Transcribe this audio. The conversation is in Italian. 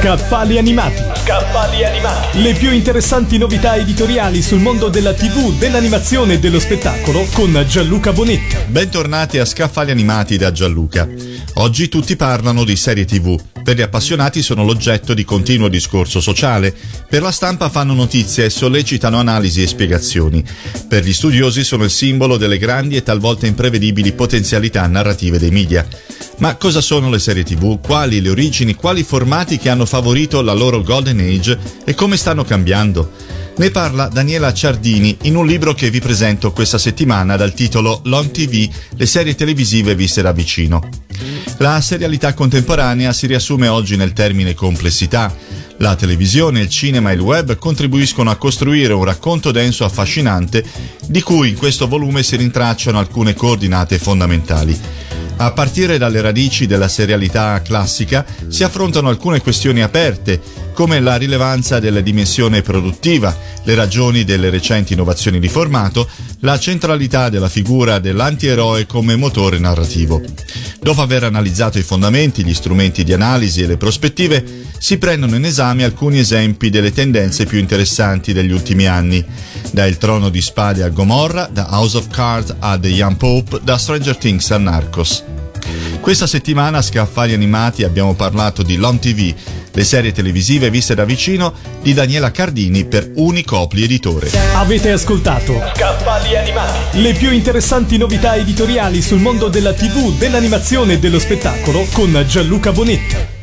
Scaffali animati. Scaffali animati. Le più interessanti novità editoriali sul mondo della TV, dell'animazione e dello spettacolo con Gianluca Bonetti. Bentornati a Scaffali animati da Gianluca. Oggi tutti parlano di serie TV. Per gli appassionati sono l'oggetto di continuo discorso sociale. Per la stampa fanno notizie e sollecitano analisi e spiegazioni. Per gli studiosi sono il simbolo delle grandi e talvolta imprevedibili potenzialità narrative dei media. Ma cosa sono le serie TV? Quali le origini? Quali formati che hanno favorito la loro golden age e come stanno cambiando? Ne parla Daniela Ciardini in un libro che vi presento questa settimana dal titolo Long TV, le serie televisive viste da vicino. La serialità contemporanea si riassume oggi nel termine complessità. La televisione, il cinema e il web contribuiscono a costruire un racconto denso e affascinante di cui in questo volume si rintracciano alcune coordinate fondamentali. A partire dalle radici della serialità classica si affrontano alcune questioni aperte, come la rilevanza della dimensione produttiva, le ragioni delle recenti innovazioni di formato, la centralità della figura dell'antieroe come motore narrativo. Dopo aver analizzato i fondamenti, gli strumenti di analisi e le prospettive, si prendono in esame alcuni esempi delle tendenze più interessanti degli ultimi anni. Da Il Trono di Spade a Gomorra, da House of Cards a The Young Pope, da Stranger Things a Narcos. Questa settimana a Scaffali Animati abbiamo parlato di Long TV, le serie televisive viste da vicino, di Daniela Ciardini per Unicopli Editore. Avete ascoltato Scaffali Animati, le più interessanti novità editoriali sul mondo della TV, dell'animazione e dello spettacolo con Gianluca Bonetti.